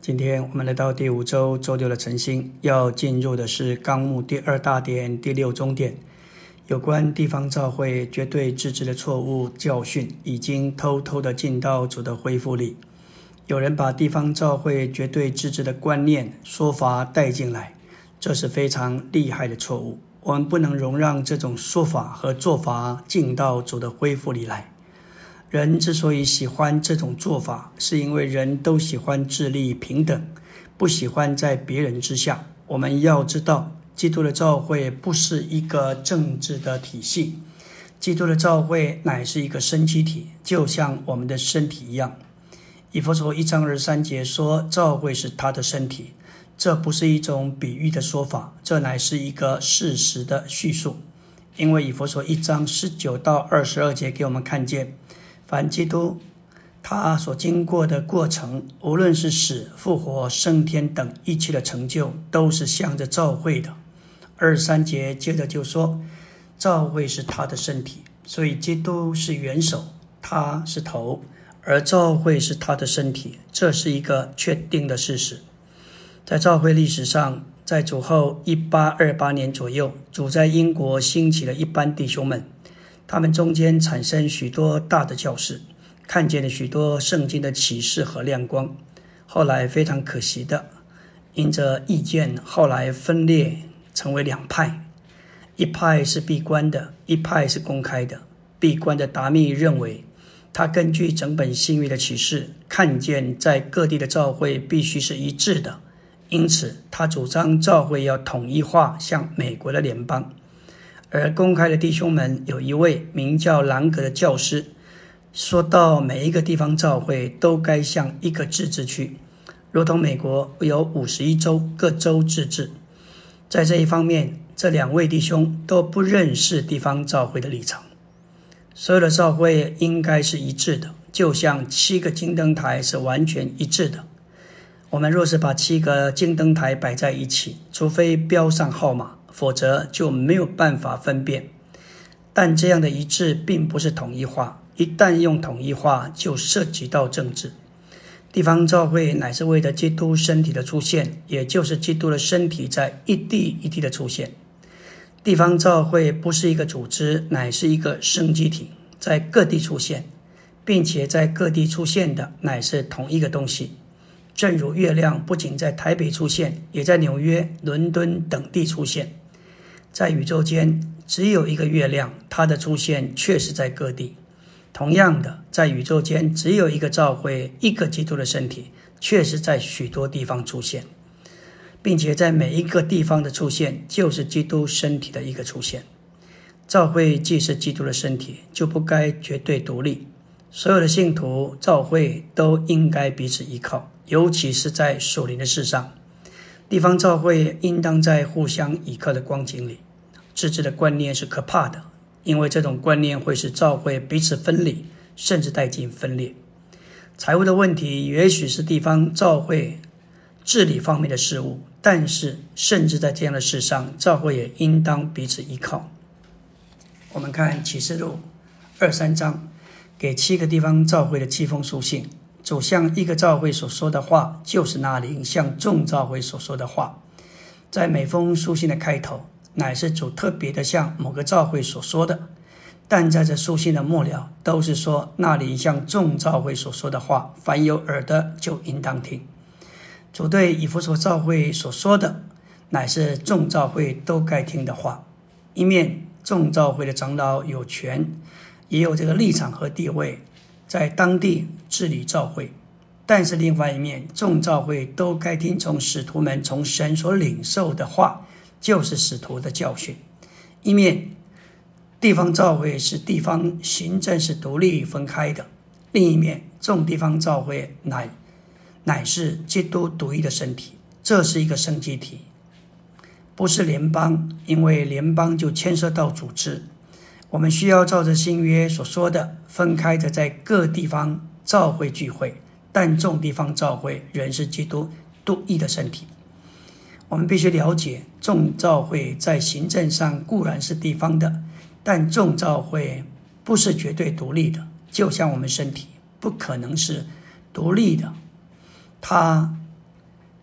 今天我们来到第5周周六的晨星，要进入的是纲目第2大点第6中点，有关地方教会绝对自治的错误教训已经偷偷的进到主的恢复里。有人把地方教会绝对自治的观念说法带进来，这是非常厉害的错误。我们不能容让这种说法和做法进到主的恢复里来。人之所以喜欢这种做法，是因为人都喜欢自立平等，不喜欢在别人之下。我们要知道，基督的教会不是一个政治的体系，基督的教会乃是一个身体体，就像我们的身体一样。以弗所1章23节说，教会是他的身体，这不是一种比喻的说法，这乃是一个事实的叙述。因为以弗所1章19到22节给我们看见，凡基督他所经过的过程，无论是死、复活、升天等一切的成就，都是向着教会的。23节接着就说，教会是他的身体，所以基督是元首，他是头，而教会是他的身体，这是一个确定的事实。在教会历史上，在主后1828年左右，主在英国兴起了一班弟兄们，他们中间产生许多大的教士，看见了许多圣经的启示和亮光。后来非常可惜的，因着意见后来分裂成为2派，一派是闭关的，一派是公开的。闭关的达密认为，他根据整本新约的启示，看见在各地的教会必须是一致的，因此他主张教会要统一化，像美国的联邦。而公开的弟兄们有一位名叫兰格的教师，说到每一个地方教会都该像一个自治区，如同美国有51州，各州自治。在这一方面，这2位弟兄都不认识地方教会的立场。所有的教会应该是一致的，就像7个金灯台是完全一致的。我们若是把7个金灯台摆在一起，除非标上号码，否则就没有办法分辨。但这样的一致并不是统一化，一旦用统一化，就涉及到政治。地方教会乃是为了基督身体的出现，也就是基督的身体在一地一地的出现。地方教会不是一个组织，乃是一个生机体，在各地出现，并且在各地出现的乃是同一个东西。正如月亮不仅在台北出现，也在纽约、伦敦等地出现。在宇宙间只有一个月亮，它的出现却是在各地。同样的，在宇宙间只有一个教会，一个基督的身体，却是在许多地方出现，并且在每一个地方的出现就是基督身体的一个出现。教会既是基督的身体，就不该绝对独立。所有的信徒教会都应该彼此依靠，尤其是在属灵的事上。地方教会应当在互相依靠的光景里。自治的观念是可怕的，因为这种观念会使教会彼此分离，甚至带进分裂。财务的问题也许是地方教会治理方面的事务，但是甚至在这样的事上，教会也应当彼此依靠。我们看启示录2-3章，给7个地方教会的7封书信。主向一个教会所说的话，就是那灵向众教会所说的话。在每封书信的开头，乃是主特别的向某个教会所说的，但在这书信的末了，都是说那灵向众教会所说的话，凡有耳的就应当听。主对以弗所教会所说的，乃是众教会都该听的话。一面众教会的长老有权，也有这个立场和地位，在当地治理教会。但是另外一面，众教会都该听从使徒们从神所领受的话，就是使徒的教训。一面地方教会是地方行政是独立分开的，另一面众地方教会乃是基督独一的身体，这是一个生机体，不是联邦，因为联邦就牵涉到组织。我们需要照着新约所说的，分开的在各地方教会聚会，但众地方教会仍是基督独一的身体。我们必须了解，众教会在行政上固然是地方的，但众教会不是绝对独立的，就像我们身体不可能是独立的，它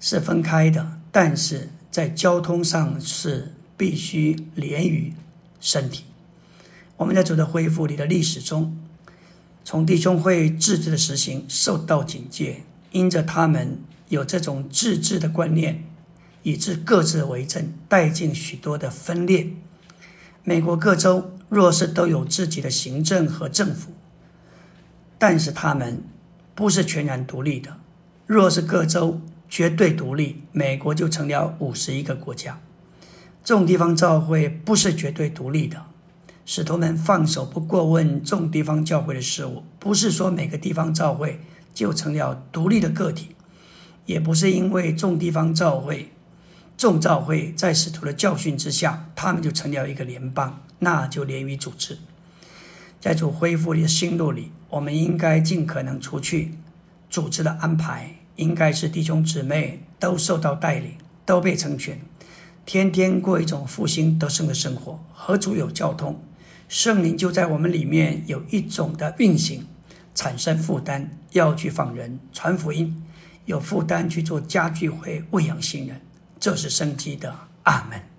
是分开的，但是在交通上是必须连于身体。我们在主的恢复里的历史中，从弟兄会自治的实行受到警戒，因着他们有这种自治的观念，以致各自为政，带进许多的分裂。美国各州若是都有自己的行政和政府，但是他们不是全然独立的。若是各州绝对独立，美国就成了51个国家。众地方教会不是绝对独立的，使徒们放手不过问众地方教会的事务，不是说每个地方教会就成了独立的个体，也不是因为众地方教会、众教会在使徒的教训之下，他们就成了一个联邦，那就连于组织。在主恢复的心路里，我们应该尽可能除去组织的安排，应该是弟兄姊妹都受到带领，都被成全，天天过一种复兴得胜的生活，和主有交通，圣灵就在我们里面有一种的运行，产生负担，要去访人传福音，有负担去做家聚会喂养新人，这是生机的。阿们。